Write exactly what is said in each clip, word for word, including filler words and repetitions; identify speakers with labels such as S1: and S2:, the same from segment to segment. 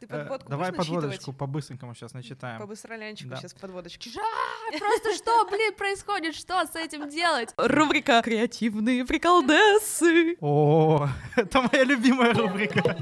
S1: Ты подводку
S2: Давай
S1: будешь
S2: подводочку по-быстренькому сейчас начитаем.
S1: По быстролянчику
S2: Да.
S1: сейчас подводочку.
S3: Просто что, блин, происходит? Что с этим делать?
S1: Рубрика «Креативные приколдессы».
S2: О, это моя любимая рубрика.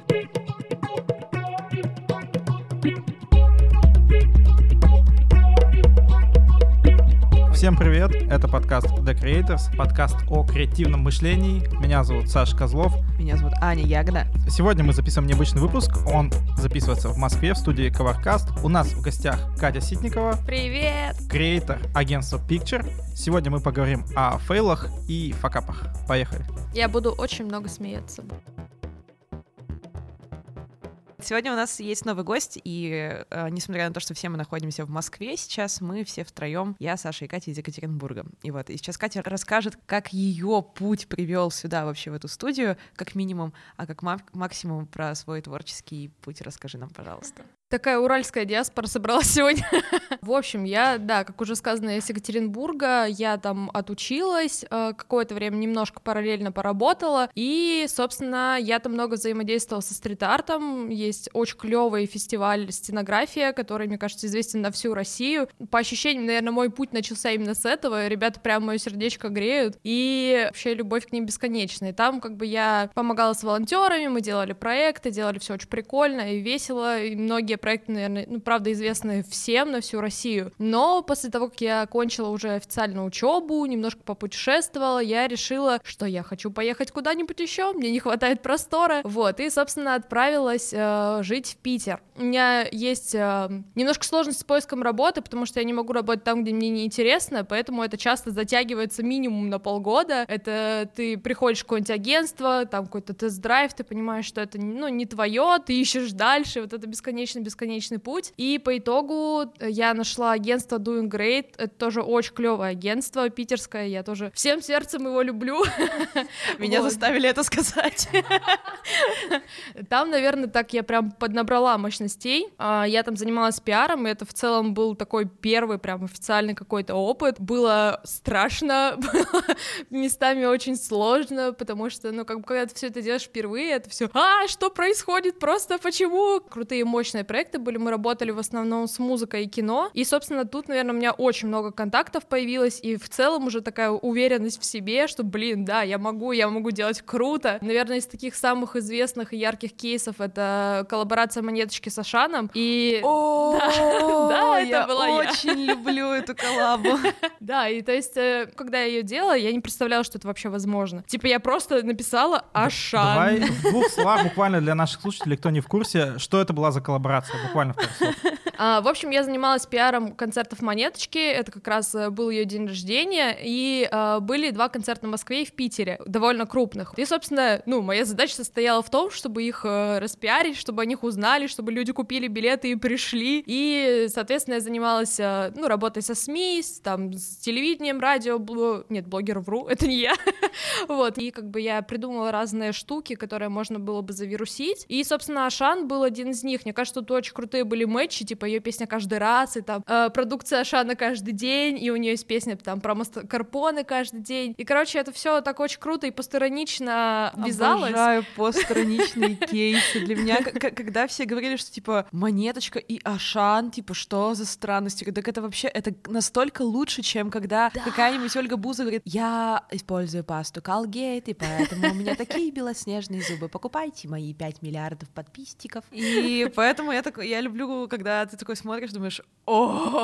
S2: Всем привет, это подкаст The Creators, подкаст о креативном мышлении. Меня зовут Саша Козлов.
S1: Меня зовут Аня Ягода.
S2: Сегодня мы записываем необычный выпуск, он записывается в Москве в студии Covercast. У нас в гостях Катя Ситникова,
S3: Привет!
S2: креатор агентства Picture. Сегодня мы поговорим о фейлах и факапах. Поехали.
S3: Я буду очень много смеяться.
S1: Сегодня у нас есть новый гость, и э, несмотря на то, что все мы находимся в Москве сейчас, мы все втроем, я, Саша и Катя из Екатеринбурга. И вот, и сейчас Катя расскажет, как ее путь привел сюда вообще в эту студию, как минимум, а как мак- максимум про свой творческий путь расскажи нам, пожалуйста.
S3: Такая уральская диаспора собралась сегодня. В общем, я, да, как уже сказано, из Екатеринбурга, я там отучилась, э, какое-то время немножко параллельно поработала, и, собственно, я там много взаимодействовала со стрит-артом, есть очень клевый фестиваль «Стенография», который, мне кажется, известен на всю Россию. По ощущениям, наверное, мой путь начался именно с этого, ребята прям мое сердечко греют, и вообще любовь к ним бесконечная. И там как бы я помогала с волонтерами, мы делали проекты, делали все очень прикольно и весело, и многие проекты, наверное, ну, правда, известны всем на всю Россию. Но после того, как я окончила уже официальную учебу, немножко попутешествовала, я решила, что я хочу поехать куда-нибудь еще, мне не хватает простора. Вот, и, собственно, отправилась э, жить в Питер. У меня есть э, немножко сложность с поиском работы, потому что я не могу работать там, где мне неинтересно, поэтому это часто затягивается минимум на полгода. Это ты приходишь в какое-нибудь агентство, там какой-то тест-драйв, ты понимаешь, что это, ну, не твое, ты ищешь дальше, вот это бесконечно бесконечный путь, и по итогу я нашла агентство Doing Great, это тоже очень клевое агентство питерское, я тоже всем сердцем его люблю.
S1: Меня заставили это сказать.
S3: Там, наверное, так я прям поднабрала мощностей, я там занималась пиаром, и это в целом был такой первый прям официальный какой-то опыт, было страшно, было местами очень сложно, потому что, ну, как бы, когда ты все это делаешь впервые, это все, а, что происходит, просто почему? Крутые, мощные проекты были, мы работали в основном с музыкой и кино, и, собственно, тут, наверное, у меня очень много контактов появилось, и в целом уже такая уверенность в себе, что, блин, да, я могу, я могу делать круто. Наверное, из таких самых известных и ярких кейсов это коллаборация Монеточки с Ашаном, и...
S1: Да,
S3: это была я.
S1: Я очень люблю эту коллабу.
S3: Да, и то есть, когда я ее делала, я не представляла, что это вообще возможно. Типа, я просто написала Ашан.
S2: Давай в двух словах, буквально для наших слушателей, кто не в курсе, что это была за коллаборация, буквально в пару слов.
S3: А, в общем, я занималась пиаром концертов Монеточки, это как раз был ее день рождения, и а, были два концерта в Москве и в Питере, довольно крупных. И, собственно, ну, моя задача состояла в том, чтобы их а, распиарить, чтобы о них узнали, чтобы люди купили билеты и пришли, и, соответственно, я занималась, а, ну, работой со СМИ, с, там, с телевидением, радио, бл... нет, блогер вру, это не я, вот, и как бы я придумала разные штуки, которые можно было бы завирусить, и, собственно, Ашан был один из них. Мне кажется, тут очень крутые были матчи, типа ее песня каждый раз, и там э, продукция Ашана каждый день, и у нее есть песня там про маскарпоне каждый день. И, короче, это все так очень круто и постранично вязалось.
S1: Обожаю постраничные кейсы. Для меня, к- когда все говорили, что типа Монеточка и Ашан, типа что за странности, так это вообще, это настолько лучше, чем когда
S3: Да.
S1: какая-нибудь Ольга Бузова говорит: я использую пасту Colgate, и поэтому у меня такие белоснежные зубы, покупайте мои пять миллиардов подписчиков. И поэтому я такой, я люблю, когда ты такой смотришь, думаешь: о,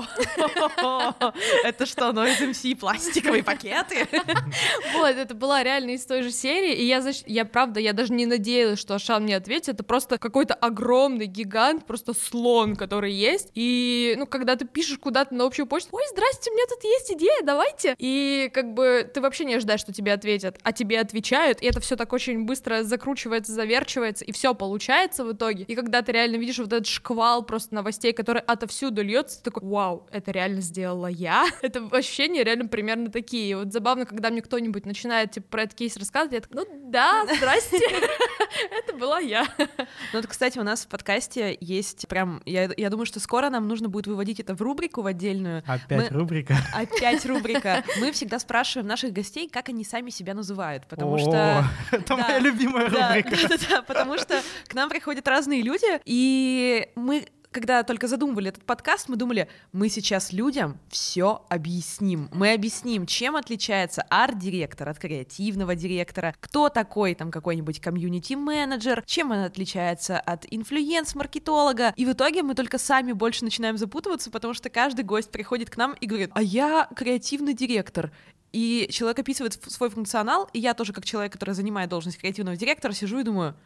S1: это что, Noise эм си пластиковые пакеты?
S3: Вот, это была реально из той же серии, и я, значит, я правда, я даже не надеялась, что Ашан мне ответит, это просто какой-то огромный гигант, просто слон, который есть, и, ну, когда ты пишешь куда-то на общую почту: ой, здрасте, у меня тут есть идея, давайте, и как бы ты вообще не ожидаешь, что тебе ответят, а тебе отвечают, и это все так очень быстро закручивается, заверчивается, и все получается в итоге, и когда ты реально видишь вот этот шквал просто новостей, который отовсюду льется, ты такой: вау, это реально сделала я. Это ощущения реально примерно такие. И вот забавно, когда мне кто-нибудь начинает типа про этот кейс рассказывать, я такая: ну да, здрасте. Это была я.
S1: Ну, вот, кстати, у нас в подкасте есть прям... Я, я думаю, что скоро нам нужно будет выводить это в рубрику, в отдельную.
S2: Опять
S1: Мы...
S2: рубрика?
S1: Опять рубрика. Мы всегда спрашиваем наших гостей, как они сами себя называют, потому
S2: О,
S1: что...
S2: это
S1: да,
S2: моя любимая
S1: да,
S2: рубрика.
S1: Да, да, да, потому что к нам приходят разные люди, и мы... Когда только задумывали этот подкаст, мы думали, мы сейчас людям все объясним. Мы объясним, чем отличается арт-директор от креативного директора, кто такой там какой-нибудь комьюнити-менеджер, чем он отличается от инфлюенс-маркетолога. И в итоге мы только сами больше начинаем запутываться, потому что каждый гость приходит к нам и говорит, а я креативный директор. И человек описывает свой функционал, и я тоже, как человек, который занимает должность креативного директора, сижу и думаю,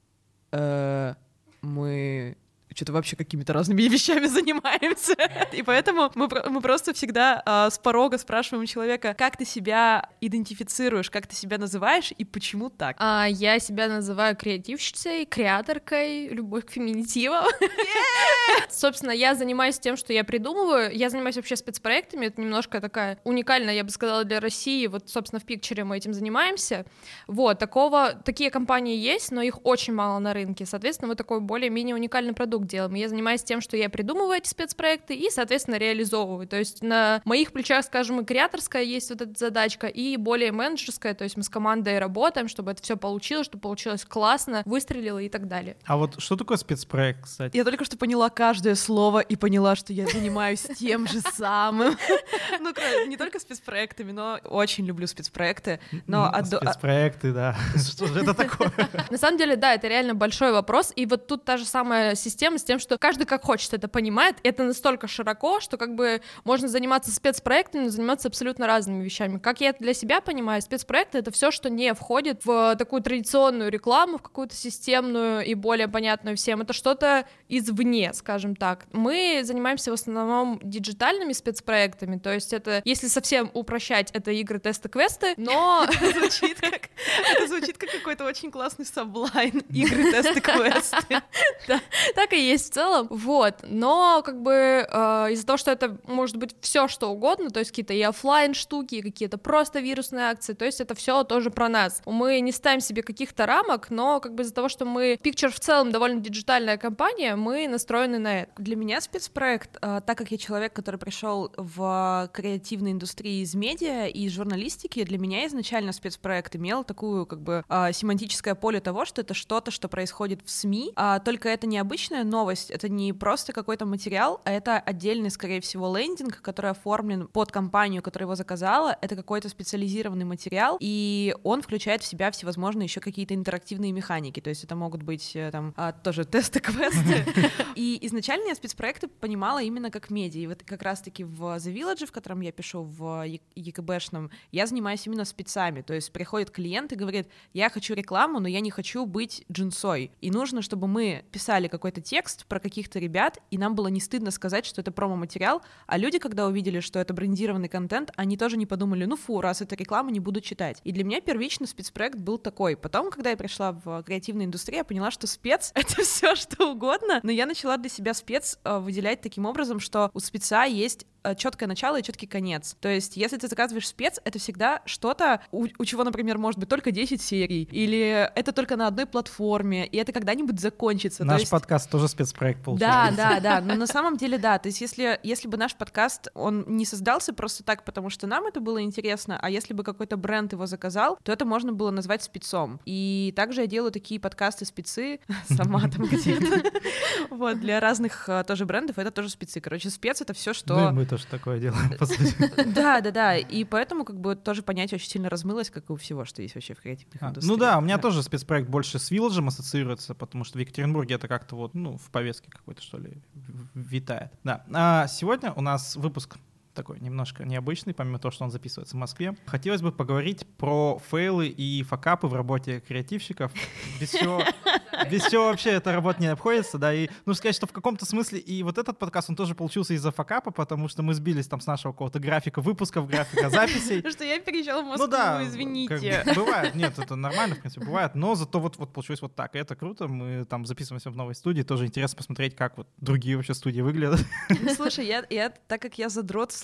S1: э, мы... что-то вообще какими-то разными вещами занимаемся. И поэтому мы, мы просто всегда а, с порога спрашиваем у человека, как ты себя идентифицируешь, как ты себя называешь и почему так.
S3: А, я себя называю креативщицей, креаторкой, любовь к феминитивам. Yeah! Собственно, я занимаюсь тем, что я придумываю. Я занимаюсь вообще спецпроектами. Это немножко такая уникальная, я бы сказала, для России. Вот, собственно, в Picture мы этим занимаемся. Вот, такого, такие компании есть, но их очень мало на рынке. Соответственно, мы такой более-менее уникальный продукт делаем. Я занимаюсь тем, что я придумываю эти спецпроекты и, соответственно, реализовываю. То есть на моих плечах, скажем, и креаторская есть вот эта задачка, и более менеджерская, то есть мы с командой работаем, чтобы это все получилось, чтобы получилось классно, выстрелило и так далее.
S2: А вот что такое спецпроект, кстати?
S1: Я только что поняла каждое слово и поняла, что я занимаюсь тем же самым. Ну, не только спецпроектами, но очень люблю спецпроекты.
S2: Спецпроекты, да. Что же это такое?
S3: На самом деле, да, это реально большой вопрос, и вот тут та же самая система с тем, что каждый как хочет это понимает, это настолько широко, что как бы можно заниматься спецпроектами, но заниматься абсолютно разными вещами. Как я это для себя понимаю, спецпроекты — это все, что не входит в такую традиционную рекламу, в какую-то системную и более понятную всем. Это что-то извне, скажем так. Мы занимаемся в основном диджитальными спецпроектами, то есть это, если совсем упрощать, это игры, тесты, квесты, но...
S1: Это звучит как, это звучит как какой-то очень классный саблайн. Игры, тесты, квесты.
S3: Да, так и есть в целом, вот, но как бы э, из-за того, что это может быть все что угодно, то есть какие-то и офлайн штуки, и какие-то просто вирусные акции, то есть это все тоже про нас. Мы не ставим себе каких-то рамок, но как бы из-за того, что мы Picture в целом довольно диджитальная компания, мы настроены на это.
S1: Для меня спецпроект, э, так как я человек, который пришел в креативной индустрии из медиа и из журналистики, для меня изначально спецпроект имел такую как бы э, семантическое поле того, что это что-то, что происходит в СМИ, а только это необычная новость, это не просто какой-то материал, а это отдельный, скорее всего, лендинг, который оформлен под компанию, которая его заказала, это какой-то специализированный материал, и он включает в себя всевозможные еще какие-то интерактивные механики, то есть это могут быть там а, тоже тесты, квесты, и изначально я спецпроекты понимала именно как медиа, и вот как раз-таки в The Village, в котором я пишу, в ЕКБшном, я занимаюсь именно спецами, то есть приходит клиент и говорит, я хочу рекламу, но я не хочу быть джинсой, и нужно, чтобы мы писали какой-то текст про каких-то ребят, и нам было не стыдно сказать, что это промо-материал, а люди, когда увидели, что это брендированный контент, они тоже не подумали, ну фу, раз это реклама, не буду читать. И для меня первично спецпроект был такой. Потом, когда я пришла в креативную индустрию, я поняла, что спец — это все что угодно, но я начала для себя спец выделять таким образом, что у спеца есть четкое начало и четкий конец. То есть, если ты заказываешь спец, это всегда что-то, у, у чего, например, может быть только десять серий, или это только на одной платформе, и это когда-нибудь закончится.
S2: Наш
S1: то есть...
S2: подкаст тоже спецпроект получается.
S1: Да, да, да, но на самом деле да, то есть если, если бы наш подкаст, он не создался просто так, потому что нам это было интересно, а если бы какой-то бренд его заказал, то это можно было назвать спецом. И также я делаю такие подкасты-спецы, сама там где-то, вот, для разных тоже брендов, это тоже спецы. Короче, спец — это все, что...
S2: тоже такое делаем, по сути.
S1: Да, да, да. И поэтому как бы тоже понятие очень сильно размылось, как и у всего, что есть вообще в креативных
S2: а,
S1: индустриях.
S2: Ну да, у меня да. тоже спецпроект больше с Village ассоциируется, потому что в Екатеринбурге это как-то вот, ну, в повестке какой-то, что ли, витает. Да. А сегодня у нас выпуск такой немножко необычный, помимо того, что он записывается в Москве. Хотелось бы поговорить про фейлы и факапы в работе креативщиков. Без чего, без чего вообще эта работа не обходится, да, и нужно сказать, что в каком-то смысле и вот этот подкаст, он тоже получился из-за факапа, потому что мы сбились там с нашего какого-то графика выпусков, графика записей.
S1: Что я переезжала в Москву,
S2: ну, да,
S1: извините.
S2: Как бы, бывает, нет, это нормально, в принципе, бывает, но зато вот, вот получилось вот так, и это круто, мы там записываемся в новой студии, тоже интересно посмотреть, как вот другие вообще студии выглядят.
S1: Слушай, я, я, так как я задрот в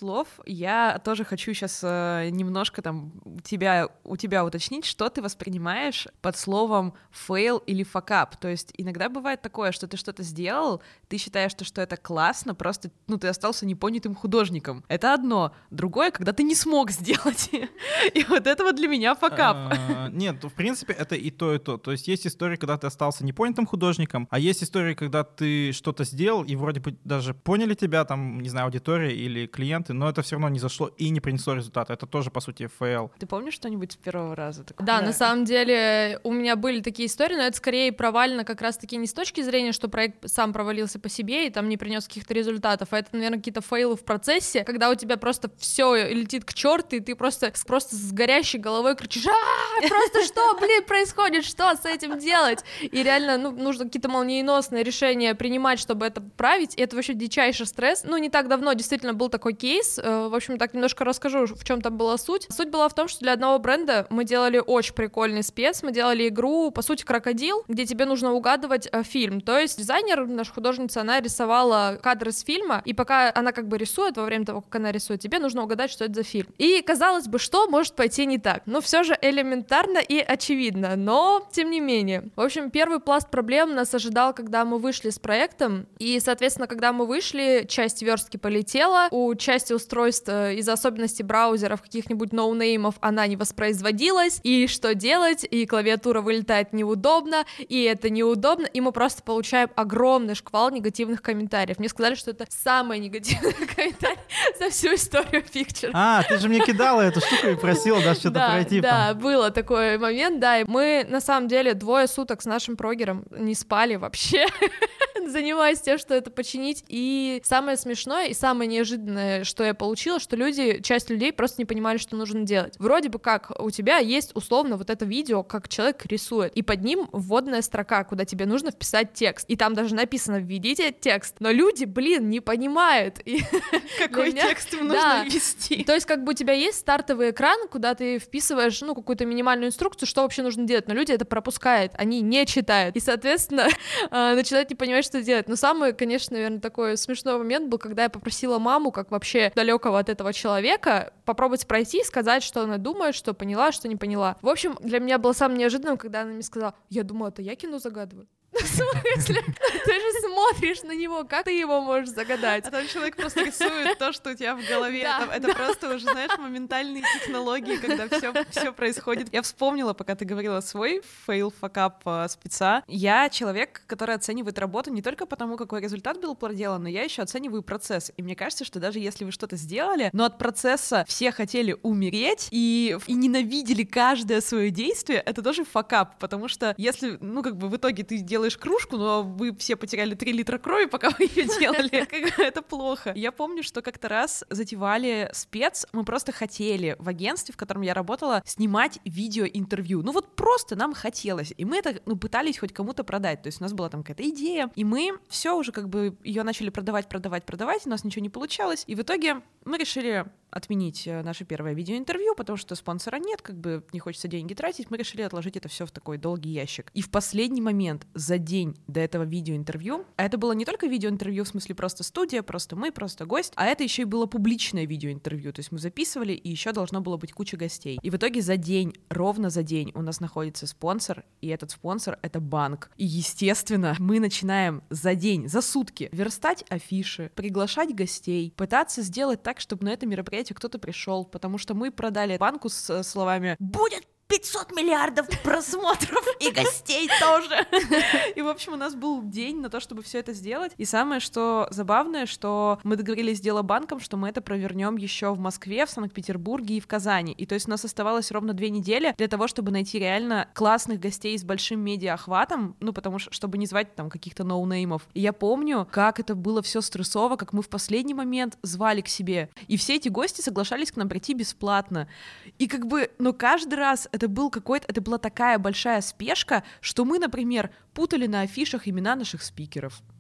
S1: слов я тоже хочу сейчас э, немножко там тебя, у тебя уточнить, что ты воспринимаешь под словом fail или факап. То есть иногда бывает такое, что ты что-то сделал, ты считаешь, что, что это классно, просто ну, ты остался непонятым художником. Это одно. Другое, когда ты не смог сделать. И вот это вот для меня факап.
S2: Нет, в принципе, это и то, и то. То есть есть истории, когда ты остался непонятым художником, а есть истории, когда ты что-то сделал, и вроде бы даже поняли тебя, там, не знаю, аудитория или клиенты, но это все равно не зашло и не принесло результата. Это тоже, по сути, фейл.
S1: Ты помнишь что-нибудь с первого раза? Такое?
S3: Да,
S1: Да,
S3: на самом деле у меня были такие истории, но это скорее провально как раз-таки не с точки зрения, что проект сам провалился по себе и там не принес каких-то результатов, а это, наверное, какие-то фейлы в процессе, когда у тебя просто все летит к черту, и ты просто, просто с горящей головой кричишь: а просто что, блин, происходит, что с этим делать? И реально, ну, нужно какие-то молниеносные решения принимать, чтобы это править, и это вообще дичайший стресс. Ну, не так давно действительно был такой кейс, в общем, так немножко расскажу, в чем там была суть. Суть была в том, что для одного бренда мы делали очень прикольный спец, мы делали игру, по сути, крокодил, где тебе нужно угадывать э, фильм, то есть дизайнер, наша художница, она рисовала кадры с фильма, и пока она как бы рисует, во время того, как она рисует, тебе нужно угадать, что это за фильм. И, казалось бы, что может пойти не так? Ну, все же элементарно и очевидно, но тем не менее. В общем, первый пласт проблем нас ожидал, когда мы вышли с проектом, и, соответственно, когда мы вышли, часть верстки полетела, у части устройств э, из-за особенностей браузеров каких-нибудь ноунеймов она не воспроизводилась, и что делать? И клавиатура вылетает неудобно, и это неудобно, и мы просто получаем огромный шквал негативных комментариев. Мне сказали, что это самый негативный комментарий за всю историю Picture.
S2: А, ты же мне кидала эту штуку и просила, да, что-то
S3: да,
S2: пройти.
S3: Да,
S2: там.
S3: было такой момент, да, и мы, на самом деле, двое суток с нашим прогером не спали вообще, занимаясь тем, что это починить, и самое смешное и самое неожиданное, что я получила, что люди, часть людей просто не понимали, что нужно делать. Вроде бы как у тебя есть условно вот это видео, как человек рисует, и под ним вводная строка, куда тебе нужно вписать текст, и там даже написано «введите текст», но люди, блин, не понимают. И
S1: какой меня... текст им нужно
S3: да.
S1: ввести.
S3: То есть как бы у тебя есть стартовый экран, куда ты вписываешь, ну, какую-то минимальную инструкцию, что вообще нужно делать, но люди это пропускают, они не читают, и, соответственно, начинают не понимать, что делать. Но самый, конечно, наверное, такой смешной момент был, когда я попросила маму, как вообще далекого от этого человека, попробовать пройти и сказать, что она думает, что поняла, что не поняла. В общем, для меня было самым неожиданным, когда она мне сказала: я думала, это я кино загадываю. В смысле? Ты же смотришь на него, как ты его можешь загадать?
S1: А там человек просто рисует то, что у тебя в голове. Да, это это да. Просто уже, знаешь, моментальные технологии, когда все, все происходит. Я вспомнила, пока ты говорила свой фейл, факап спеца. Я человек, который оценивает работу не только потому, какой результат был проделан, но я еще оцениваю процесс. И мне кажется, что даже если вы что-то сделали, но от процесса все хотели умереть и, и ненавидели каждое свое действие, это тоже факап, потому что если, ну, как бы в итоге ты делаешь кружку, но вы все потеряли три литра крови, пока вы ее делали. Это плохо. Я помню, что как-то раз затевали спец, мы просто хотели в агентстве, в котором я работала, снимать видеоинтервью. Ну вот просто нам хотелось. И мы это, ну, пытались хоть кому-то продать. То есть у нас была там какая-то идея, и мы все уже как бы ее начали продавать, продавать, продавать, у нас ничего не получалось. И в итоге мы решили отменить наше первое видеоинтервью, потому что спонсора нет, как бы не хочется деньги тратить, мы решили отложить это все в такой долгий ящик. И в последний момент, за день до этого видеоинтервью, а это было не только видеоинтервью, в смысле просто студия, просто мы, просто гость, а это еще и было публичное видеоинтервью, то есть мы записывали, и еще должно было быть куча гостей. И в итоге за день, ровно за день у нас находится спонсор, и этот спонсор — это банк. И, естественно, мы начинаем за день, за сутки верстать афиши, приглашать гостей, пытаться сделать так, чтобы на это мероприятие кто-то пришел, потому что мы продали банку с словами «Будет пятьсот миллиардов просмотров и гостей тоже». И, в общем, у нас был день на то, чтобы все это сделать. И самое, что забавное, что мы договорились с Делобанком, что мы это провернем еще в Москве, в Санкт-Петербурге и в Казани. И то есть у нас оставалось ровно две недели для того, чтобы найти реально классных гостей с большим медиа-охватом, ну, потому что, чтобы не звать там каких-то ноунеймов. И я помню, как это было все стрессово, как мы в последний момент звали к себе. И все эти гости соглашались к нам прийти бесплатно. И как бы, но каждый раз это был какой-то, это была такая большая спешка, что мы, например, путали на афишах имена наших спикеров. Ну,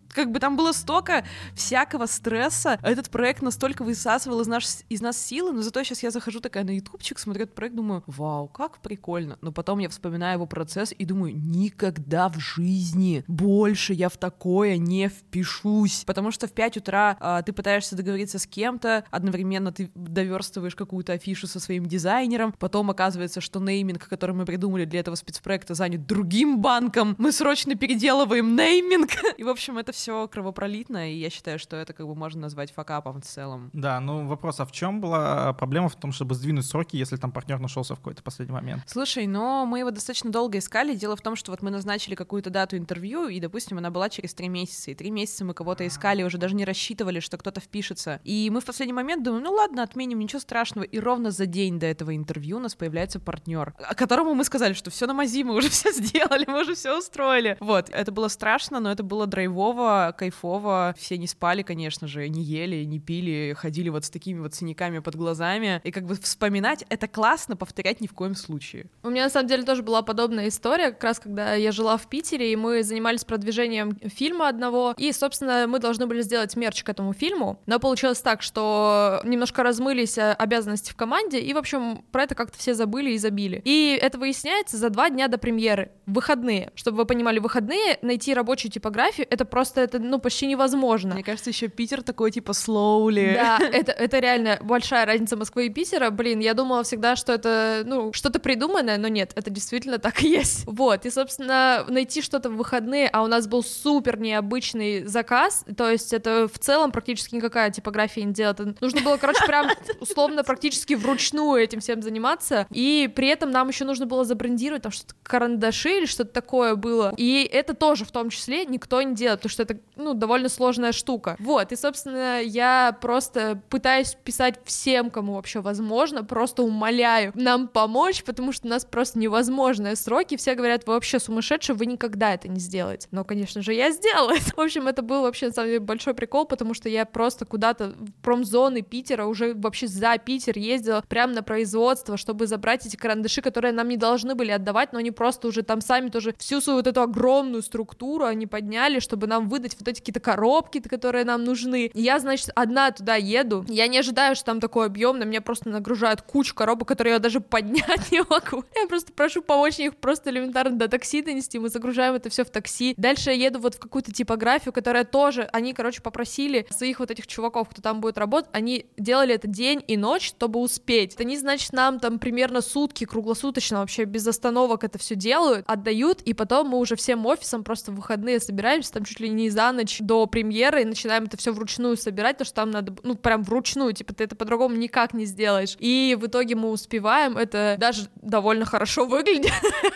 S1: как бы там было столько всякого стресса, этот проект настолько высасывал из нас, из нас силы, но зато сейчас я захожу такая на ютубчик, смотрю этот проект, думаю, вау, как прикольно. Но потом я вспоминаю его процесс и думаю, никогда в жизни больше я в такое не впишусь. Потому что в пять утра а, ты пытаешься договориться с кем-то, одновременно ты доверстываешь какую-то афишу со своим дизайнером, потом оказывается, что нейминг, который мы придумали для этого спецпроекта, занят другим банком, мы срочно переделываем нейминг. И, в общем, это все кровопролитно, и я считаю, что это как бы можно назвать факапом в целом.
S2: Да, ну вопрос, а в чем была проблема в том, чтобы сдвинуть сроки, если там партнер нашелся в какой-то последний момент?
S1: Слушай, но мы его достаточно долго искали. Дело в том, что вот мы назначили какую-то дату интервью, и, допустим, она была через три месяца, и три месяца мы кого-то искали, уже даже не рассчитывали, что кто-то впишется. И мы в последний момент думаем, ну ладно, отменим, ничего страшного. И ровно за день до этого интервью у нас появляется партнер, которому мы сказали, что все на мази, мы уже все сделали, мы уже все устроили. Вот, это было страшно, но это было драйвово, кайфово. Все не спали, конечно же, не ели, не пили, ходили вот с такими вот синяками под глазами. И как бы вспоминать это классно, повторять ни в коем случае.
S3: У меня на самом деле тоже была подобная история, как раз когда я жила в Питере, и мы занимались продвижением фильма одного, и, собственно, мы должны были сделать мерч к этому фильму, но получилось так, что немножко размылись обязанности в команде, и, в общем, про это как-то все забыли и забили. И это выясняется за два дня до премьеры, в выходные. Чтобы вы понимали, в выходные найти рабочую типографию, это просто, это, ну, почти невозможно.
S1: Мне кажется, еще Питер такой, типа, slowly.
S3: Да, это, это реально большая разница Москвы и Питера. Блин, я думала всегда, что это, ну, что-то придуманное, но нет, это действительно так и есть. Вот, и, собственно, найти что-то в выходные, а у нас был супер необычный заказ, то есть это в целом практически никакая типография не делает. Нужно было, короче, прям условно практически вручную этим всем заниматься, и при этом нам еще нужно было забрендировать там что-то карандаши или что-то такое было, и это тоже в том числе никто не делает, потому что это, ну, довольно сложная штука. Вот, и, собственно, я просто пытаюсь писать всем, кому вообще возможно, просто умоляю нам помочь, потому что у нас просто невозможные сроки, все говорят, вы вообще сумасшедшие, вы никогда это не сделаете. Но, конечно же, я сделала это. В общем, это был вообще, на самом деле, большой прикол, потому что я просто куда-то в промзоны Питера, уже вообще за Питер ездила, прямо на производство, чтобы забрать эти карандаши, которые нам не должны были отдавать, но они просто уже там сами тоже всю свою вот эту огромную структуру они подняли, чтобы нам выдать вот эти какие-то коробки, которые нам нужны. И я, значит, одна туда еду, я не ожидаю, что там такое объемное, меня просто нагружают кучу коробок, которые я даже поднять не могу. Я просто прошу помочь их просто элементарно до такси донести, мы загружаем это все в такси. Дальше я еду вот в какую-то типографию, которая тоже, они, короче, попросили своих вот этих чуваков, кто там будет работать, они делали это день и ночь, чтобы успеть. Они, значит, нам там примерно сутки круглосуточно вообще без остановок это все делают, отдают, и потом мы уже всем офисом просто в выходные собираемся, там чуть ли не за ночь до премьеры, и начинаем это все вручную собирать, потому что там надо, ну, прям вручную, типа, ты это по-другому никак не сделаешь. И в итоге мы успеваем, это даже довольно хорошо выглядит.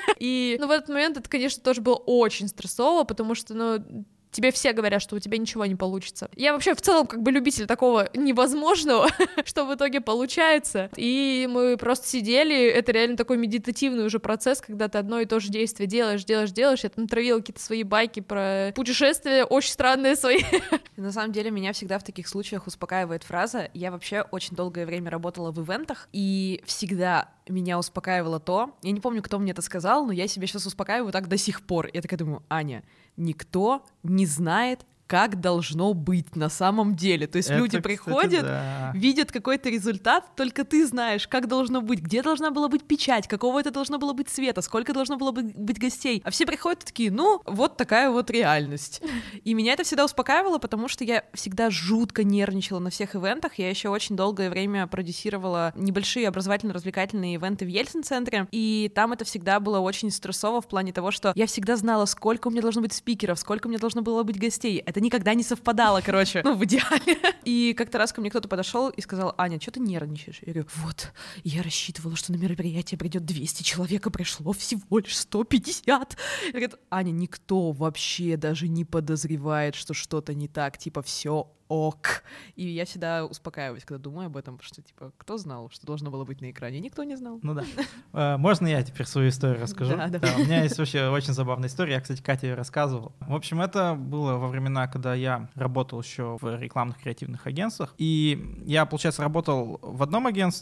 S3: И, ну, в этот момент это, конечно, тоже было очень стрессово, потому что, ну, тебе все говорят, что у тебя ничего не получится. Я вообще в целом как бы любитель такого невозможного, что в итоге получается. И мы просто сидели, это реально такой медитативный уже процесс, когда ты одно и то же действие делаешь, делаешь, делаешь. Я там травила какие-то свои байки про путешествия, очень странные свои.
S1: На самом деле меня всегда в таких случаях успокаивает фраза. Я вообще очень долгое время работала в ивентах, и всегда меня успокаивало то, я не помню, кто мне это сказал, но я себя сейчас успокаиваю так до сих пор. Я такая думаю, Аня, никто не знает, как должно быть на самом деле. То есть это, люди приходят, кстати, да. видят какой-то результат, только ты знаешь, как должно быть, где должна была быть печать, какого это должно было быть цвета, сколько должно было быть гостей. А все приходят и такие, ну, вот такая вот реальность. И меня это всегда успокаивало, потому что я всегда жутко нервничала на всех ивентах. Я еще очень долгое время продюсировала небольшие образовательно-развлекательные ивенты в Ельцин-центре, и там это всегда было очень стрессово в плане того, что я всегда знала, сколько у меня должно быть спикеров, сколько у меня должно было быть гостей. Это никогда не совпадало, короче, ну, в идеале. И как-то раз ко мне кто-то подошел и сказал, Аня, что ты нервничаешь? Я говорю, вот, я рассчитывала, что на мероприятие придет двести человек, а пришло всего лишь сто пятьдесят. Я говорю, Аня, никто вообще даже не подозревает, что что-то не так, типа, все ок. И я всегда успокаиваюсь, когда думаю об этом, потому что, типа, кто знал, что должно было быть на экране? Никто не знал.
S2: Ну да. Можно я теперь свою историю расскажу?
S1: Да, да.
S2: Да, у меня есть вообще очень забавная история. Я, кстати, Кате ее рассказывал. В общем, это было во времена, когда я работал еще в рекламных креативных агентствах. И я, получается, работал в одном агентстве,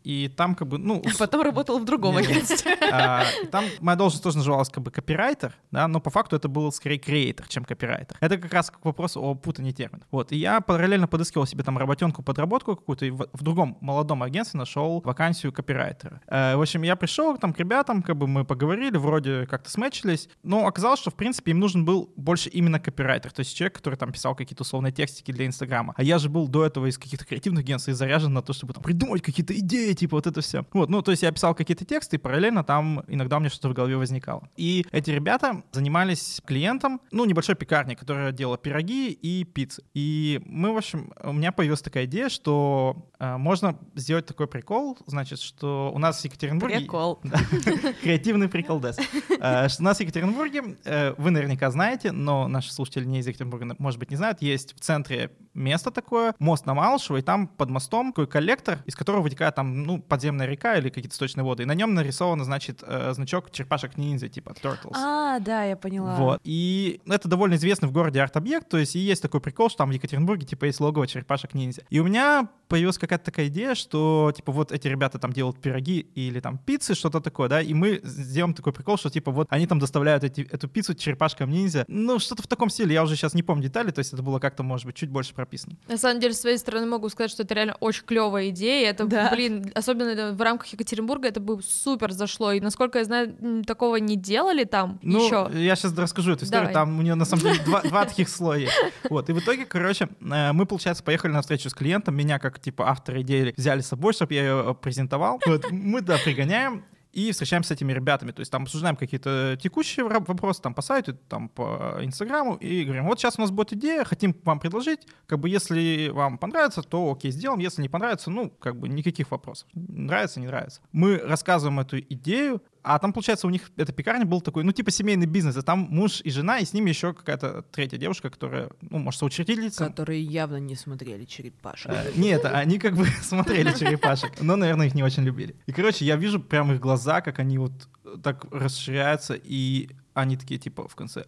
S2: и там как бы, ну...
S1: А потом работал в другом агентстве.
S2: А, там моя должность тоже называлась как бы копирайтер, да, но по факту это был скорее креатор, чем копирайтер. Это как раз к вопросу о путании терминов. Вот, и я параллельно подыскивал себе там работенку, подработку какую-то, и в, в другом молодом агентстве нашел вакансию копирайтера. Э, в общем, я пришел там к ребятам, как бы мы поговорили, вроде как-то смэчились, но оказалось, что в принципе им нужен был больше именно копирайтер, то есть человек, который там писал какие-то условные текстики для Инстаграма. А я же был до этого из каких-то креативных агентств и заряжен на то, чтобы там придумать какие-то идеи, типа вот это все. Вот, ну, то есть я писал какие-то тексты, и параллельно там иногда у меня что-то в голове возникало. И эти ребята занимались клиентом, ну, небольшой пекарней, которая делала пироги и пиццы. И мы, в общем, у меня появилась такая идея, что э, можно сделать такой прикол, значит, что у нас в Екатеринбурге...
S1: Прикол.
S2: Да, креативный прикол, да. Э, что у нас в Екатеринбурге, э, вы наверняка знаете, но наши слушатели не из Екатеринбурга, может быть, не знают, есть в центре место такое, мост на Малышево, и там под мостом такой коллектор, из которого вытекает там, ну, подземная река или какие-то сточные воды, и на нем нарисован, значит, э, значок черепашек-ниндзя, типа Turtles.
S1: А, да, я поняла.
S2: Вот. И это довольно известный в городе арт-объект, то есть и есть такой прикол, что там в Екатеринбурге, типа, есть логово черепашек-ниндзя. И у меня появилась какая-то такая идея, что, типа, вот эти ребята там делают пироги или там пиццы, что-то такое, да, и мы сделаем такой прикол, что, типа, вот они там доставляют эти, эту пиццу черепашкам-ниндзя. Ну, что-то в таком стиле, я уже сейчас не помню детали, то есть это было как-то, может быть, чуть больше прописано.
S3: На самом деле, с своей стороны могу сказать, что это реально очень клевая идея. Это,
S1: да.
S3: блин, особенно в рамках Екатеринбурга, это бы супер зашло. И, насколько я знаю, такого не делали там
S2: ну,
S3: еще.
S2: Я сейчас расскажу эту историю.
S3: Давай.
S2: Там у нее, на самом деле, два, два таких слоя есть. Вот. И в итоге, короче, мы, получается, поехали на встречу с клиентом. Меня, как, типа, автора идеи взяли с собой, чтобы я ее презентовал. Вот. Мы, да, пригоняем. И встречаемся с этими ребятами, то есть там обсуждаем какие-то текущие вопросы там по сайту, там по Инстаграму, и говорим, вот сейчас у нас будет идея, хотим вам предложить, как бы если вам понравится, то окей, сделаем, если не понравится, ну, как бы никаких вопросов, нравится, не нравится. Мы рассказываем эту идею, а там, получается, у них эта пекарня был такой, ну, типа семейный бизнес, и там муж и жена, и с ними еще какая-то третья девушка, которая, ну, может, соучредительница.
S1: Которые явно не смотрели черепашек.
S2: А, нет, они как бы смотрели черепашек, но, наверное, их не очень любили. И, короче, я вижу прямо их глаза, как они вот так расширяются, и они такие, типа, в конце...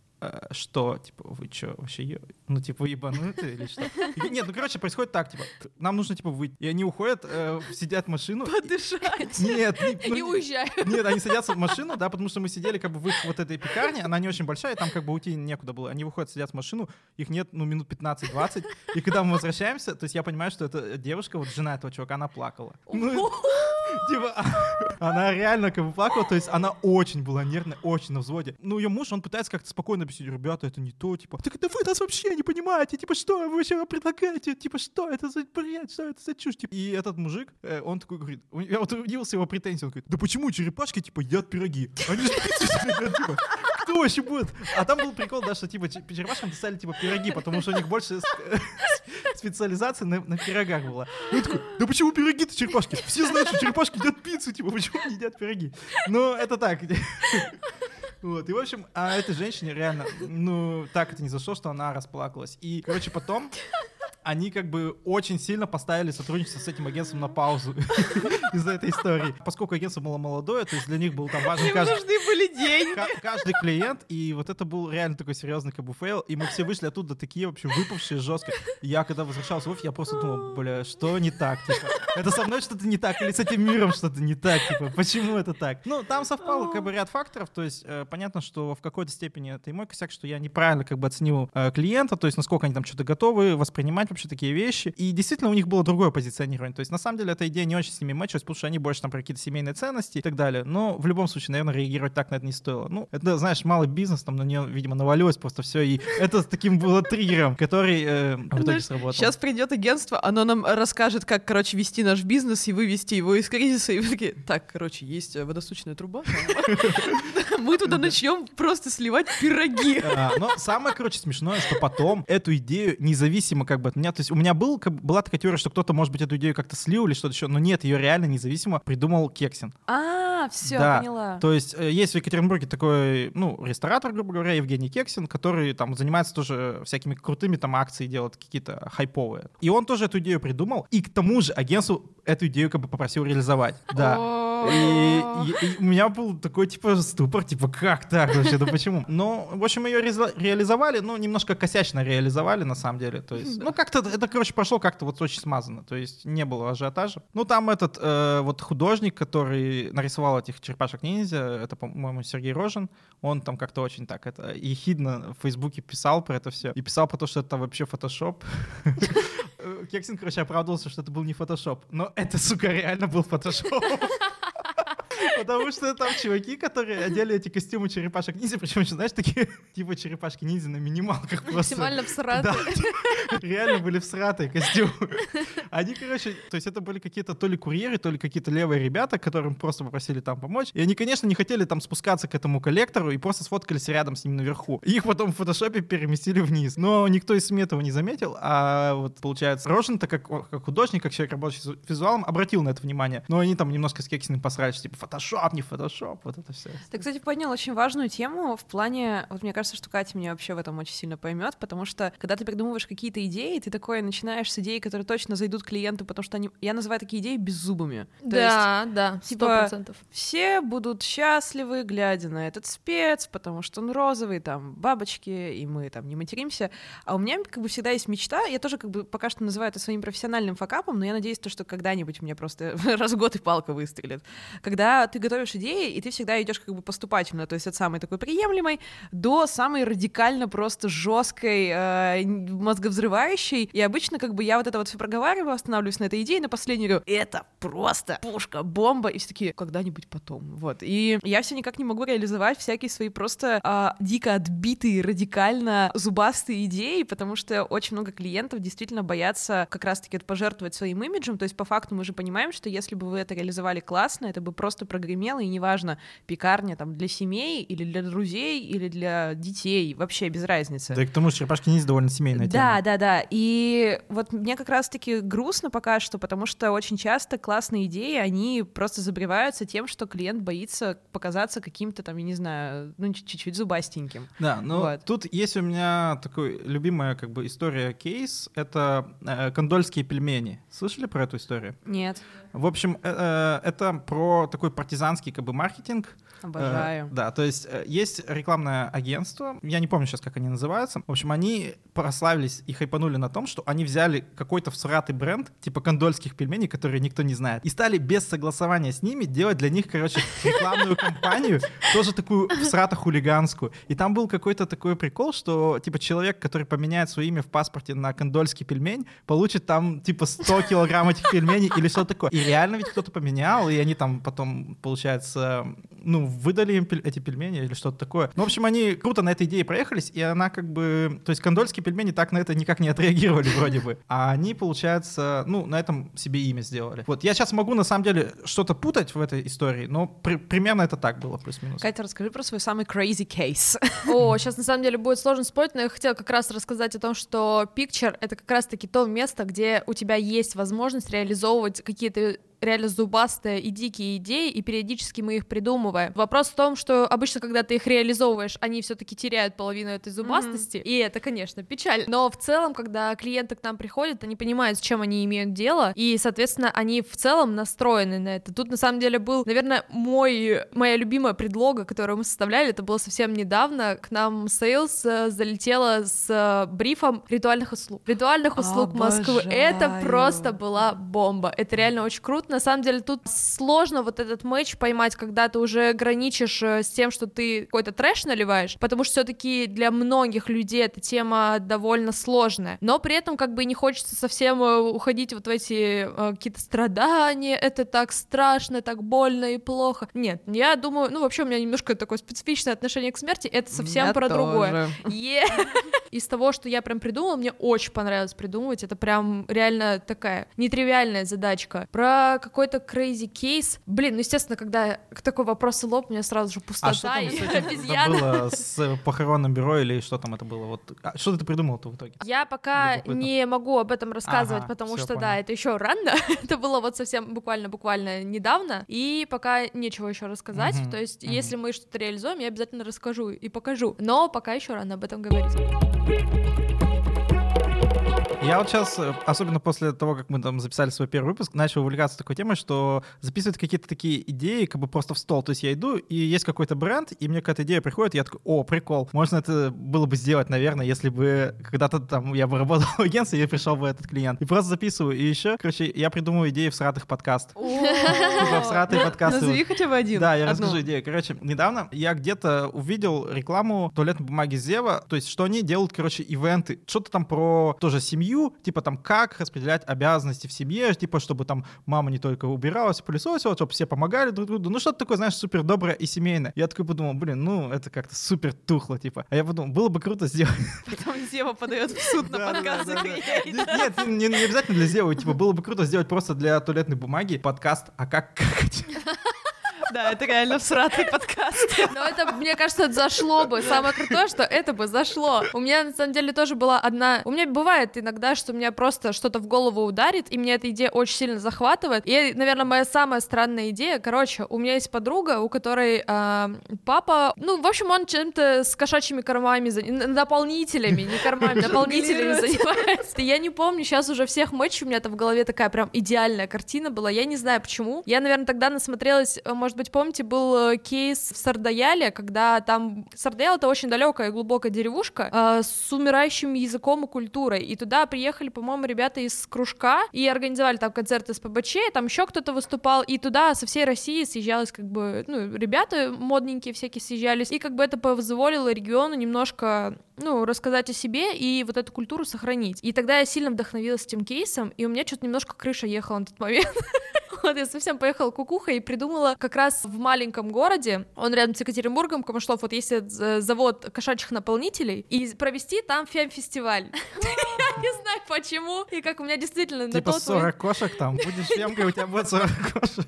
S2: Что, типа, вы что, вообще, ну, типа, вы ебанутые или что? И, нет, ну, короче, происходит так, типа, нам нужно, типа, выйти. И они уходят, э, сидят в машину.
S1: Подышать.
S2: Нет. Не, ну,
S3: и уезжают.
S2: Нет, они садятся в машину, да, потому что мы сидели, как бы, в их вот этой пекарне, она не очень большая, и там, как бы, уйти некуда было. Они выходят, сидят в машину, их нет, ну, минут пятнадцать-двадцать, и когда мы возвращаемся, то есть я понимаю, что эта девушка, вот жена этого чувака, она плакала. Ну, типа, она реально, как бы, плакала, то есть она очень была нервная, очень на взводе. Ну, ее муж, он пытается как-то спокойно объяснить, ребята, это не то, типа, так это вы нас вообще не понимаете, типа, что вы вообще предлагаете, типа, что это за бред, что это за чушь, типа. И этот мужик, э, он такой говорит, я вот удивился его претензии, он говорит, да почему черепашки, типа, едят пироги? Они же пиццу едят, типа, кто вообще будет? А там был прикол, да, что, типа, черепашкам доставили, типа, пироги, потому что у них больше специализация на, на пирогах была. И он такой, да почему пироги-то черепашки? Все знают, что черепашки едят пиццу, типа, почему не едят пироги? Ну, это так. Вот, и, в общем, а этой женщине реально, ну, так это не зашло, что она расплакалась. И, короче, потом они как бы очень сильно поставили сотрудничество с этим агентством на паузу из-за этой истории. Поскольку агентство было молодое, то есть для них был там важен
S1: Им
S2: каждый...
S1: нужны были деньги.
S2: Каждый клиент, и вот это был реально такой серьезный как бы фейл, и мы все вышли оттуда такие вообще выпавшие жестко. И я когда возвращался в офис, я просто думал, бля, что не так, типа, это со мной что-то не так, или с этим миром что-то не так, типа, почему это так? Ну, там совпало как бы ряд факторов, то есть э, понятно, что в какой-то степени это и мой косяк, что я неправильно как бы оценил э, клиента, то есть насколько они там что-то готовы воспринимать вообще такие вещи, и действительно у них было другое позиционирование, то есть на самом деле эта идея не очень с ними мэчилась, потому что они больше там про какие-то семейные ценности и так далее, но в любом случае, наверное, реагировать так на это не стоило. Ну, это, знаешь, малый бизнес, там на нее, видимо, навалилось просто все, и это таким было триггером, который э, в итоге сработал.
S1: Сейчас придет агентство, оно нам расскажет, как, короче, вести наш бизнес и вывести его из кризиса, и вы такие, так, короче, есть водосточная труба, мы туда начнем просто сливать пироги.
S2: Но самое, короче, смешное, что потом эту идею, независимо как бы от меня, то есть у меня был, как, была такая теория, что кто-то, может быть, эту идею как-то слил или что-то еще, но нет, ее реально независимо придумал Кексин.
S1: А, все,
S2: да.
S1: поняла.
S2: То есть э, есть в Екатеринбурге такой, ну, ресторатор, грубо говоря, Евгений Кексин, который там занимается тоже всякими крутыми там акциями, делает какие-то хайповые. И он тоже эту идею придумал, и к тому же агентству эту идею как бы попросил реализовать. Да. И, и, и у меня был такой, типа, ступор, типа, как так вообще, да почему? Ну, в общем, ее ре- реализовали, ну, немножко косячно реализовали, на самом деле, то есть, ну, как-то, это, короче, прошло как-то вот очень смазанно, то есть не было ажиотажа. Ну, там этот э, вот художник, который нарисовал этих черепашек-ниндзя, это, по-моему, Сергей Рожин, он там как-то очень так, это, ехидно в Фейсбуке писал про это все, и писал про то, что это вообще фотошоп. Кексин, короче, оправдывался, что это был не фотошоп, но это, сука, реально был фотошоп. Потому что там чуваки, которые одели эти костюмы черепашек-ниндзя, причем еще, знаешь, такие типа черепашки-ниндзя на минималках просто.
S3: Максимально всратые.
S2: Да, реально были всратые костюмы. Они, короче, то есть это были какие-то то ли курьеры, то ли какие-то левые ребята, которым просто попросили там помочь. И они, конечно, не хотели там спускаться к этому коллектору и просто сфоткались рядом с ним наверху. И их потом в фотошопе переместили вниз. Но никто из СМИ этого не заметил, а вот, получается, Рожин-то как, как художник, как человек, работающий с визуалом, обратил на это внимание. Но они там немножко с Кексиным посрались, типа, фотошоп, не фотошоп, вот это все.
S1: Ты, кстати, поднял очень важную тему в плане, вот мне кажется, что Катя меня вообще в этом очень сильно поймет, потому что когда ты придумываешь какие-то идеи, ты такое начинаешь с идей, которые точно зайдут клиенту, потому что они, я называю такие идеи беззубыми.
S3: Да, есть, да, сто процентов.
S1: Типа, все будут счастливы, глядя на этот спец, потому что он розовый, там бабочки, и мы там не материмся. А у меня как бы всегда есть мечта, я тоже как бы пока что называю это своим профессиональным факапом, но я надеюсь, то, что когда-нибудь у меня просто раз в год и палка выстрелит. Когда ты готовишь идеи, и ты всегда идешь как бы поступательно, то есть от самой такой приемлемой до самой радикально просто жесткой, э, мозговзрывающей. И обычно как бы я вот это вот все проговариваю, останавливаюсь на этой идее, на последней говорю, это просто пушка, бомба, и все такие, когда-нибудь потом. Вот. И я все никак не могу реализовать всякие свои просто э, дико отбитые, радикально зубастые идеи, потому что очень много клиентов действительно боятся как раз-таки пожертвовать своим имиджем, то есть по факту мы же понимаем, что если бы вы это реализовали классно, это бы просто прогремело, и неважно, пекарня там для семей или для друзей, или для детей, вообще без разницы.
S2: Да и к тому же черепашки-ниндзя довольно семейная тема.
S1: Да, да, да. И вот мне как раз-таки грустно пока что, потому что очень часто классные идеи, они просто забреваются тем, что клиент боится показаться каким-то там, я не знаю, ну чуть-чуть зубастеньким.
S2: Да, но
S1: вот.
S2: Тут есть у меня такой любимая как бы история, кейс, это э, кондольские пельмени. Слышали про эту историю?
S1: Нет.
S2: В общем, э, э, это про такой партизанский как бы маркетинг.
S1: Обожаю.
S2: Э, да, то есть э, есть рекламное агентство, я не помню сейчас, как они называются. В общем, они прославились и хайпанули на том, что они взяли какой-то всратый бренд, типа кондольских пельменей, которые никто не знает, и стали без согласования с ними делать для них, короче, рекламную кампанию, тоже такую всрато-хулиганскую. И там был какой-то такой прикол, что типа человек, который поменяет свое имя в паспорте на кондольский пельмень, получит там типа сто килограмм этих пельменей или что такое. И реально ведь кто-то поменял, и они там потом, получается, ну, выдали им эти пельмени или что-то такое. Ну, в общем, они круто на этой идее проехались, и она как бы... То есть кондольские пельмени так на это никак не отреагировали вроде бы. А они, получается, ну, на этом себе имя сделали. Вот, я сейчас могу, на самом деле, что-то путать в этой истории, но при- примерно это так было, плюс-минус.
S1: Катя, расскажи про свой самый crazy case.
S3: О, сейчас на самом деле будет сложно спорить, но я хотела как раз рассказать о том, что Picture — это как раз-таки то место, где у тебя есть возможность реализовывать какие-то реально зубастые и дикие идеи, и периодически мы их придумываем. Вопрос в том, что обычно, когда ты их реализовываешь, они все-таки теряют половину этой зубастости, mm-hmm. и это, конечно, печаль. Но в целом, когда клиенты к нам приходят, они понимают, с чем они имеют дело, и, соответственно, они в целом настроены на это. Тут, на самом деле, был, наверное, мой, моя любимая предлога, которую мы составляли, это было совсем недавно. К нам Sales залетела с брифом ритуальных услуг. Ритуальных услуг
S1: Обожаю.
S3: Москвы. Это просто была бомба. Это реально очень круто. На самом деле тут сложно вот этот матч поймать, когда ты уже граничишь с тем, что ты какой-то трэш наливаешь, потому что все-таки для многих людей эта тема довольно сложная, но при этом как бы не хочется совсем уходить вот в эти э, какие-то страдания, это так страшно, так больно и плохо. Нет, я думаю, ну вообще у меня немножко такое специфичное отношение к смерти, это совсем
S1: я
S3: про
S1: тоже.
S3: другое. Yeah. Из того, что я прям придумала, мне очень понравилось придумывать, это прям реально такая нетривиальная задачка. Про какой-то crazy кейс. Блин, ну, естественно, когда такой вопрос и лоб, у меня сразу же пустота
S2: а что там
S3: и
S2: с этим
S3: обезьяна.
S2: было с похоронным бюро или что там это было? Вот, а, что ты придумал-то в итоге?
S3: Я пока не могу об этом рассказывать,
S2: ага,
S3: потому что,
S2: понял.
S3: да, это еще рано. Это было вот совсем буквально-буквально недавно, и пока нечего еще рассказать.
S2: Uh-huh,
S3: То есть,
S2: uh-huh.
S3: если мы что-то реализуем, я обязательно расскажу и покажу. Но пока еще рано об этом говорить.
S2: Я вот сейчас, особенно после того, как мы там записали свой первый выпуск, начал увлекаться такой темой, что записывать какие-то такие идеи как бы просто в стол. То есть я иду, и есть какой-то бренд, и мне какая-то идея приходит, и я такой, о, прикол, можно это было бы сделать, наверное, если бы когда-то там я бы работал в агентстве, и пришел бы этот клиент. И просто записываю. И еще, короче, я придумываю идеи в сратых подкаст. Типа в сратые подкасты.
S1: Назови хотя бы один.
S2: Да, я расскажу идею. Короче, недавно я где-то увидел рекламу туалетной бумаги Зева, то есть что они делают, короче, ивенты. Что-то там про тоже семью, типа там как распределять обязанности в семье, типа чтобы там мама не только убиралась, пылесосила, чтобы все помогали друг другу. Ну что-то такое, знаешь, супер доброе и семейное. Я такой подумал, блин, ну это как-то супер тухло, типа. А я подумал, было бы круто сделать.
S1: Потом Зева подает в суд на подкаст.
S2: Нет, не обязательно для Зева, типа было бы круто сделать просто для туалетной бумаги подкаст «А как какать?».
S1: Да, это реально всратый подкаст.
S3: Но это, мне кажется, это зашло бы. Самое крутое, что это бы зашло. У меня, на самом деле, тоже была одна... У меня бывает иногда, что у меня просто что-то в голову ударит, и мне эта идея очень сильно захватывает. И, наверное, моя самая странная идея, короче, у меня есть подруга, у которой э, папа... Ну, в общем, он чем-то с кошачьими кормами, наполнителями, не кормами, наполнителями занимается. Я не помню сейчас уже всех матчей, у меня там в голове такая прям идеальная картина была, я не знаю почему. Я, наверное, тогда насмотрелась, может быть, помните, был кейс в Сардаяле, когда там... Сардаял — это очень далекая и глубокая деревушка э, с умирающим языком и культурой, и туда приехали, по-моему, ребята из кружка и организовали там концерт эс пэ бэ че, там еще кто-то выступал, и туда со всей России съезжалось как бы, ну, ребята модненькие всякие съезжались, и как бы это позволило региону немножко, ну, рассказать о себе и вот эту культуру сохранить. И тогда я сильно вдохновилась этим кейсом, и у меня что-то немножко крыша ехала на тот момент. Вот, я совсем поехала кукухой и придумала как раз в маленьком городе, он рядом с Екатеринбургом, Камышлов, вот есть завод кошачьих наполнителей, и провести там фем-фестиваль. Я не знаю почему, и как у меня действительно...
S2: Типа сорок кошек там, будешь фемкой, у тебя будет сорок кошек.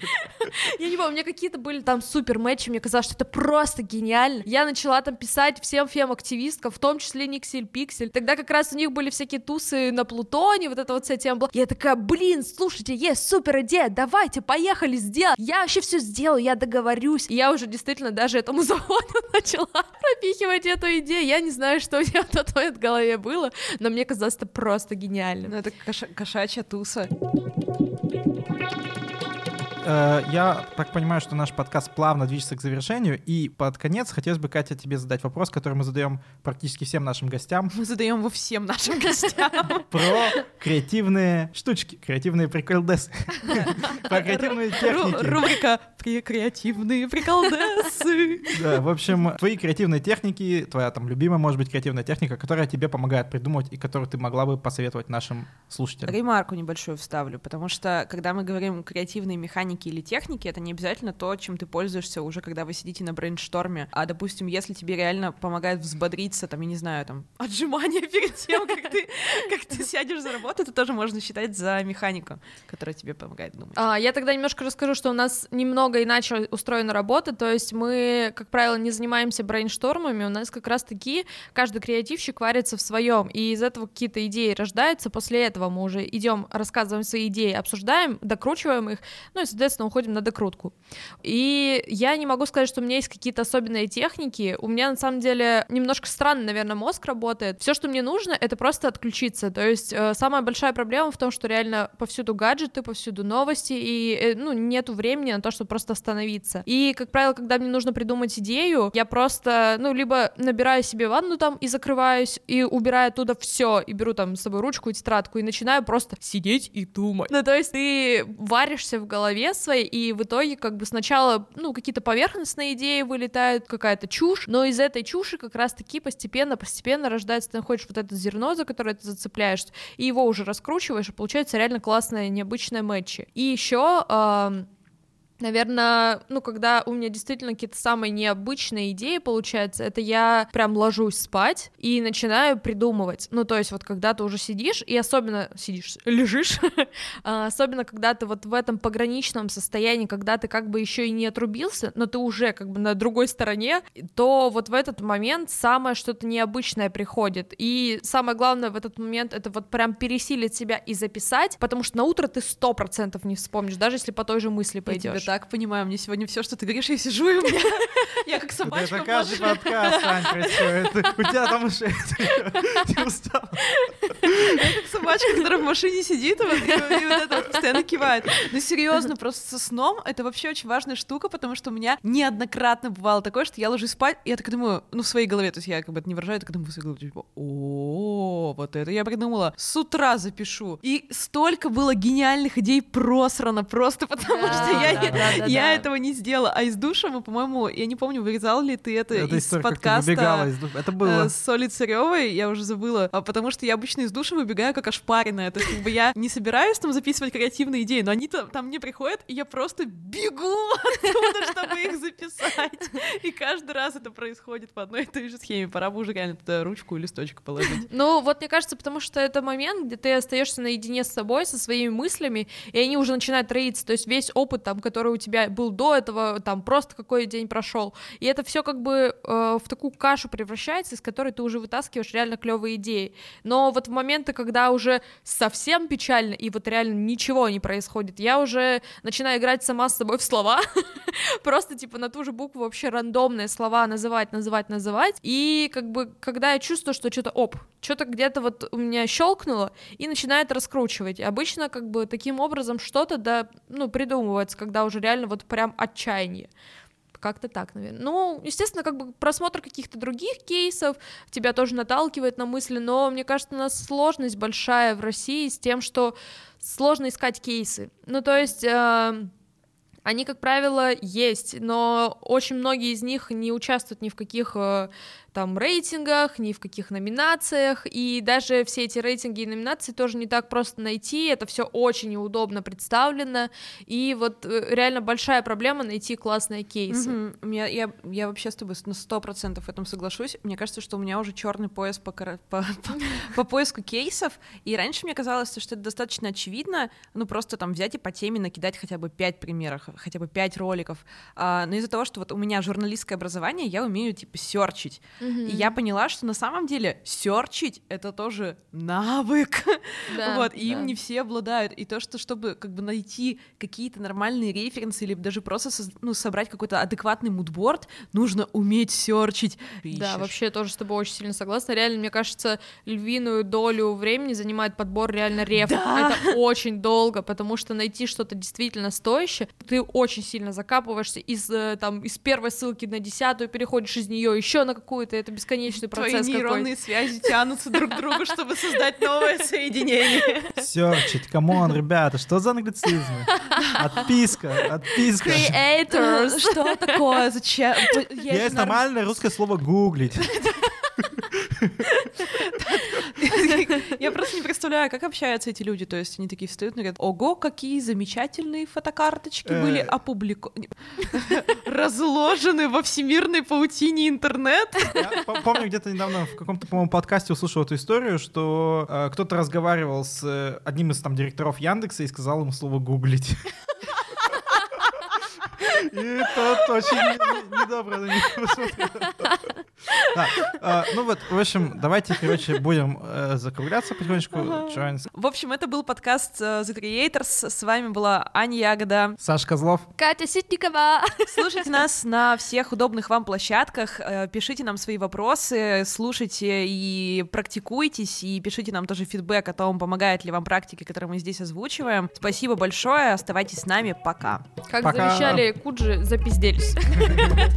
S3: Я не помню, у меня какие-то были там супер матчи, мне казалось, что это просто гениально. Я начала там писать всем фем-активисткам, в том числе Никсель Пиксель. Тогда как раз у них были всякие тусы на Плутоне, вот это вот вся тема была. Я такая, блин, слушайте, есть супер идея, давайте, поехали, сделаем. Я вообще все сделаю, я договорюсь. И я уже действительно даже этому заводу начала пропихивать эту идею. Я не знаю, что у меня в тот момент в голове было, но мне казалось, это просто гениально.
S1: Ну, это коша- кошачья туса.
S2: Я так понимаю, что наш подкаст плавно движется к завершению, и под конец хотелось бы, Катя, тебе задать вопрос, который мы задаем практически всем нашим гостям.
S1: Мы задаем его всем нашим гостям.
S2: Про креативные штучки, креативные приколдесы. Про креативные техники.
S1: Рубрика «Креативные приколдесы».
S2: Да, в общем, твои креативные техники, твоя там любимая, может быть, креативная техника, которая тебе помогает придумывать и которую ты могла бы посоветовать нашим слушателям.
S1: Ремарку небольшую вставлю, потому что, когда мы говорим креативные механики или техники, это не обязательно то, чем ты пользуешься уже, когда вы сидите на брейншторме, а, допустим, если тебе реально помогает взбодриться, там, я не знаю, там, отжимания перед тем, как ты, как ты сядешь за работу, это тоже можно считать за механику, которая тебе помогает думать.
S3: А, я тогда немножко расскажу, что у нас немного иначе устроена работа, то есть мы, как правило, не занимаемся брейнштормами, у нас как раз-таки каждый креативщик варится в своем, и из этого какие-то идеи рождаются, после этого мы уже идем, рассказываем свои идеи, обсуждаем, докручиваем их, ну и, соответственно, уходим на докрутку. И я не могу сказать, что у меня есть какие-то особенные техники. У меня, на самом деле, немножко странно, наверное, мозг работает. Все, что мне нужно, это просто отключиться. То есть э, самая большая проблема в том, что реально повсюду гаджеты, повсюду новости, и э, ну, нету времени на то, чтобы просто остановиться. И, как правило, когда мне нужно придумать идею, я просто, ну, либо набираю себе ванну там и закрываюсь, и убираю оттуда все, и беру там с собой ручку и тетрадку, и начинаю просто сидеть и думать. Ну, то есть ты варишься в голове своей, и в итоге как бы сначала, ну, какие-то поверхностные идеи вылетают, какая-то чушь, но из этой чуши как раз-таки постепенно-постепенно рождается, ты находишь вот это зерно, за которое ты зацепляешься, и его уже раскручиваешь, и получается реально классное, необычное матчи. И еще... Э- Наверное, ну, когда у меня действительно какие-то самые необычные идеи получаются, это я прям ложусь спать и начинаю придумывать. Ну, то есть вот когда ты уже сидишь, и особенно сидишь, лежишь, особенно когда ты вот в этом пограничном состоянии, когда ты как бы еще и не отрубился, но ты уже как бы на другой стороне, то вот в этот момент самое что-то необычное приходит. И самое главное в этот момент — это вот прям пересилить себя и записать, потому что на утро ты сто процентов не вспомнишь, даже если по той же мысли пойдешь.
S1: так понимаю, мне сегодня все, что ты говоришь, я сижу, и у меня... Я как собачка
S2: Это
S1: в
S2: каждый
S1: машине.
S2: подкаст, Ань, происходит. У тебя там уже... Ты устал.
S1: Я как собачка, которая в машине сидит, и вот, и, и вот это вот постоянно кивает. Ну, серьезно, просто со сном это вообще очень важная штука, потому что у меня неоднократно бывало такое, что я ложусь спать, и я так думаю, ну, в своей голове, то есть я как бы это не выражаю, я так думаю в своей голове, типа, о, вот это я придумала, с утра запишу. И столько было гениальных идей просрано просто, потому
S3: Да,
S1: что я,
S3: да,
S1: не-
S3: да, да,
S1: я
S3: да.
S1: этого не сделала. А из душа мы, по-моему, я не помню, вырезал ли ты это,
S2: Это
S1: из
S2: история, как ты
S1: подкаста
S2: выбегала из душа. Это
S1: э,
S2: было.
S1: с Солей Царевой, я уже забыла, а потому что я обычно из душа выбегаю как ошпаренная, то есть как бы я не собираюсь там записывать креативные идеи, но они там, там мне приходят, и я просто бегу оттуда, чтобы их записать. И каждый раз это происходит по одной и той же схеме. Пора бы уже реально туда ручку и листочек положить.
S3: Ну, вот мне кажется, потому что это момент, где ты остаешься наедине с собой, со своими мыслями, и они уже начинают роиться. То есть весь опыт, там, который у тебя был до этого, там просто какой день прошел. И это все как бы э, в такую кашу превращается, из которой ты уже вытаскиваешь реально клевые идеи. Но вот в моменты, когда уже совсем печально, и вот реально ничего не происходит, я уже начинаю играть сама с собой в слова, просто типа на ту же букву вообще рандомные слова называть, называть, называть. И как бы когда я чувствую, что что-то оп, что-то где-то вот у меня щелкнуло и начинает раскручивать. И обычно как бы таким образом что-то, да, ну, придумывается, когда уже реально вот прям отчаяние. Как-то так, наверное. Ну, естественно, как бы просмотр каких-то других кейсов тебя тоже наталкивает на мысли, но мне кажется, у нас сложность большая в России с тем, что сложно искать кейсы. Ну, то есть... Э- Они, как правило, есть, но очень многие из них не участвуют ни в каких э, там рейтингах, ни в каких номинациях, и даже все эти рейтинги и номинации тоже не так просто найти, это все очень неудобно представлено, и вот э, реально большая проблема найти классные кейсы.
S1: Мгм. У меня- я, я вообще с тобой на сто процентов в этом соглашусь. Мне кажется, что у меня уже черный пояс по, кара- по, по- по поиску кейсов, и раньше мне казалось, что это достаточно очевидно, ну просто там взять и по теме накидать хотя бы пять примеров, хотя бы пять роликов, А, но из-за того, что вот у меня журналистское образование, я умею типа серчить,
S3: Мгм.
S1: и я поняла, что на самом деле серчить — это тоже навык,
S3: Да,
S1: вот, и им
S3: да.
S1: не все обладают, и то, что чтобы как бы найти какие-то нормальные референсы или даже просто соз- ну, собрать какой-то адекватный мудборд, нужно уметь серчить.
S3: Да,
S1: Ищешь.
S3: вообще тоже с тобой очень сильно согласна. Реально, мне кажется, львиную долю времени занимает подбор реально реф.
S1: Да.
S3: Это очень долго, потому что найти что-то действительно стоящее, ты очень сильно закапываешься из, э, там, из первой ссылки на десятую, переходишь из нее еще на какую-то, это бесконечный
S1: Твои
S3: процесс
S1: нейронные связи тянутся друг к другу, чтобы создать новое соединение.
S2: Серчить, камон, ребята, что за англицизмы? Отписка, отписка.
S3: какой. Creators.
S1: Что такое? Зачем?
S2: Есть нормальное русское слово гуглить.
S1: Я просто не представляю, как общаются эти люди. То есть они такие встают и говорят: ого, какие замечательные фотокарточки
S2: Э.
S1: были опубликованы, разложены во всемирной паутине интернет.
S2: Я по- помню, где-то недавно в каком-то, по-моему, подкасте услышал эту историю, что э, кто-то разговаривал с э, одним из там директоров Яндекса и сказал ему слово «гуглить». И тот очень не- недобро на них посмотрел. Да, а, ну вот, в общем, давайте, короче, будем э, закругляться потихонечку. Чё,
S1: В общем, это был подкаст э, The Creators. С вами была Аня Ягода.
S2: Саша Козлов.
S3: Катя Ситникова.
S1: Слушайте нас на всех удобных вам площадках, э, пишите нам свои вопросы, слушайте и практикуйтесь, и пишите нам тоже фидбэк о том, помогает ли вам практики, которые мы здесь озвучиваем. Спасибо большое, оставайтесь с нами, пока.
S3: Как
S2: Пока.
S3: завещали Куджи, запизделись.